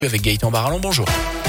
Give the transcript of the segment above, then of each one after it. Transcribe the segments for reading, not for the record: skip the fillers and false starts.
Avec Gaëtan Barallon, bonjour.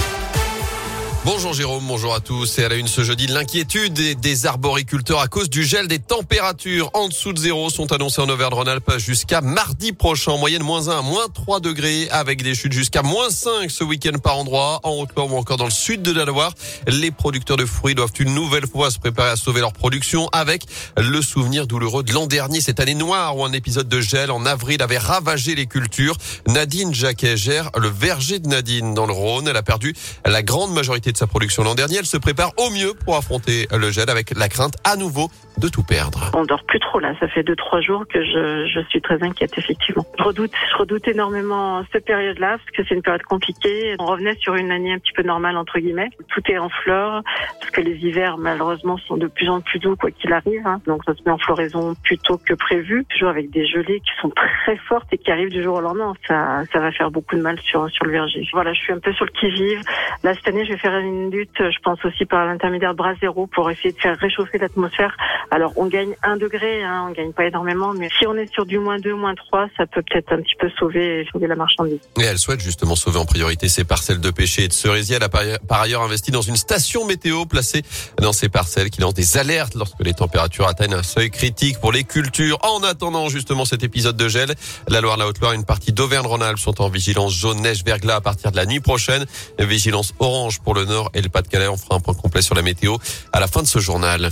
Bonjour Jérôme, bonjour à tous. Et à la une ce jeudi, l'inquiétude des arboriculteurs à cause du gel des températures en dessous de zéro sont annoncées en Auvergne-Rhône-Alpes jusqu'à mardi prochain. En moyenne, -1 à -3 degrés avec des chutes jusqu'à -5 ce week-end par endroit. En Haute-Loire ou encore dans le sud de la Loire, les producteurs de fruits doivent une nouvelle fois se préparer à sauver leur production avec le souvenir douloureux de l'an dernier, cette année noire où un épisode de gel en avril avait ravagé les cultures. Nadine Jacquet gère le verger de Nadine dans le Rhône. Elle a perdu la grande majorité de sa production l'an dernier. Elle se prépare au mieux pour affronter le gel avec la crainte à nouveau de tout perdre. On dort plus trop là, ça fait 2-3 jours que je suis très inquiète effectivement. Je redoute énormément cette période-là parce que c'est une période compliquée. On revenait sur une année un petit peu normale entre guillemets. Tout est en fleurs parce que les hivers malheureusement sont de plus en plus doux quoi qu'il arrive. Donc ça se met en floraison plus tôt que prévu, toujours avec des gelées qui sont très fortes et qui arrivent du jour au lendemain. Ça va faire beaucoup de mal sur le verger. Voilà, je suis un peu sur le qui-vive. Là cette année je vais faire une lutte, je pense aussi par l'intermédiaire de Bras Zéro pour essayer de faire réchauffer l'atmosphère. Alors on gagne 1 degré, on gagne pas énormément, mais si on est sur du -2, -3, ça peut peut-être un petit peu sauver la marchandise. Et elle souhaite justement sauver en priorité ses parcelles de pêcher et de cerisier. Elle a par ailleurs investi dans une station météo placée dans ses parcelles qui lance des alertes lorsque les températures atteignent un seuil critique pour les cultures. En attendant justement cet épisode de gel, la Loire, la Haute-Loire et une partie d'Auvergne-Rhône-Alpes sont en vigilance jaune, neige, verglas à partir de la nuit prochaine. Vigilance orange pour le Nord et le Pas-de-Calais. On fera un point complet sur la météo à la fin de ce journal.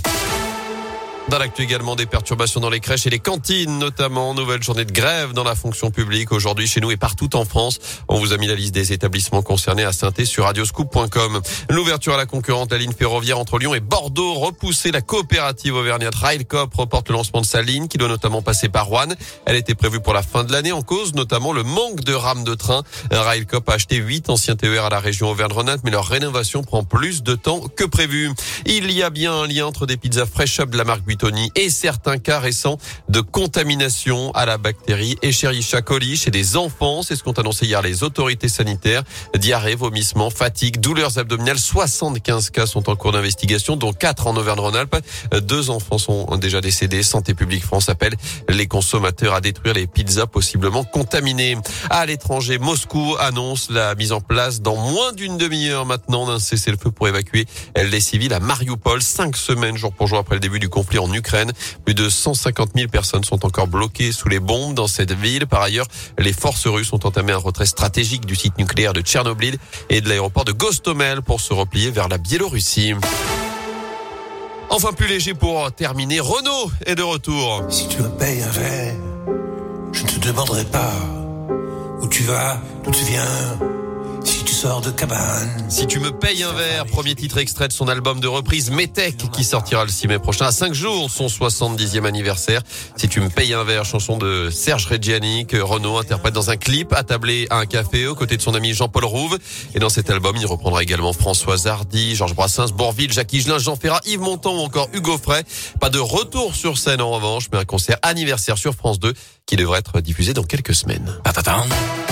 Dans l'actu également, des perturbations dans les crèches et les cantines, notamment. Nouvelle journée de grève dans la fonction publique aujourd'hui chez nous et partout en France. On vous a mis la liste des établissements concernés à Saint-Étienne sur radioscoop.com. L'ouverture à la concurrente, la ligne ferroviaire entre Lyon et Bordeaux, repoussée. La coopérative auvergnate Railcoop reporte le lancement de sa ligne qui doit notamment passer par Roanne. Elle était prévue pour la fin de l'année en cause, notamment le manque de rames de train. Railcoop a acheté 8 anciens TER à la région Auvergne-Rhône-Alpes, mais leur rénovation prend plus de temps que prévu. Il y a bien un lien entre des pizzas Fresh Up de la marque Buitoni et certains cas récents de contamination à la bactérie Escherichia coli chez des enfants. C'est ce qu'ont annoncé hier les autorités sanitaires. Diarrhée, vomissements, fatigue, douleurs abdominales. 75 cas sont en cours d'investigation, dont 4 en Auvergne-Rhône-Alpes. 2 enfants sont déjà décédés. Santé publique France appelle les consommateurs à détruire les pizzas possiblement contaminées. À l'étranger, Moscou annonce la mise en place dans moins d'une demi-heure maintenant d'un cessez-le-feu pour évacuer les civils à Mariupol. 5 semaines jour pour jour après le début du conflit en Ukraine. Plus de 150 000 personnes sont encore bloquées sous les bombes dans cette ville. Par ailleurs, les forces russes ont entamé un retrait stratégique du site nucléaire de Tchernobyl et de l'aéroport de Gostomel pour se replier vers la Biélorussie. Enfin, plus léger pour terminer, Renault est de retour. Si tu me payes un verre, je ne te demanderai pas où tu vas, d'où tu viens. Si tu sors de cabane. Si tu me payes un verre, premier titre extrait de son album de reprise Métèque qui sortira le 6 mai prochain à 5 jours, son 70e anniversaire. Si tu me payes un verre, chanson de Serge Reggiani que Renaud interprète dans un clip attablé à un café aux côtés de son ami Jean-Paul Rouve. Et dans cet album, il reprendra également Françoise Hardy, Georges Brassens, Bourvil, Jacques Higelin, Jean Ferrat, Yves Montand ou encore Hugo Frey. Pas de retour sur scène en revanche, mais un concert anniversaire sur France 2 qui devrait être diffusé dans quelques semaines.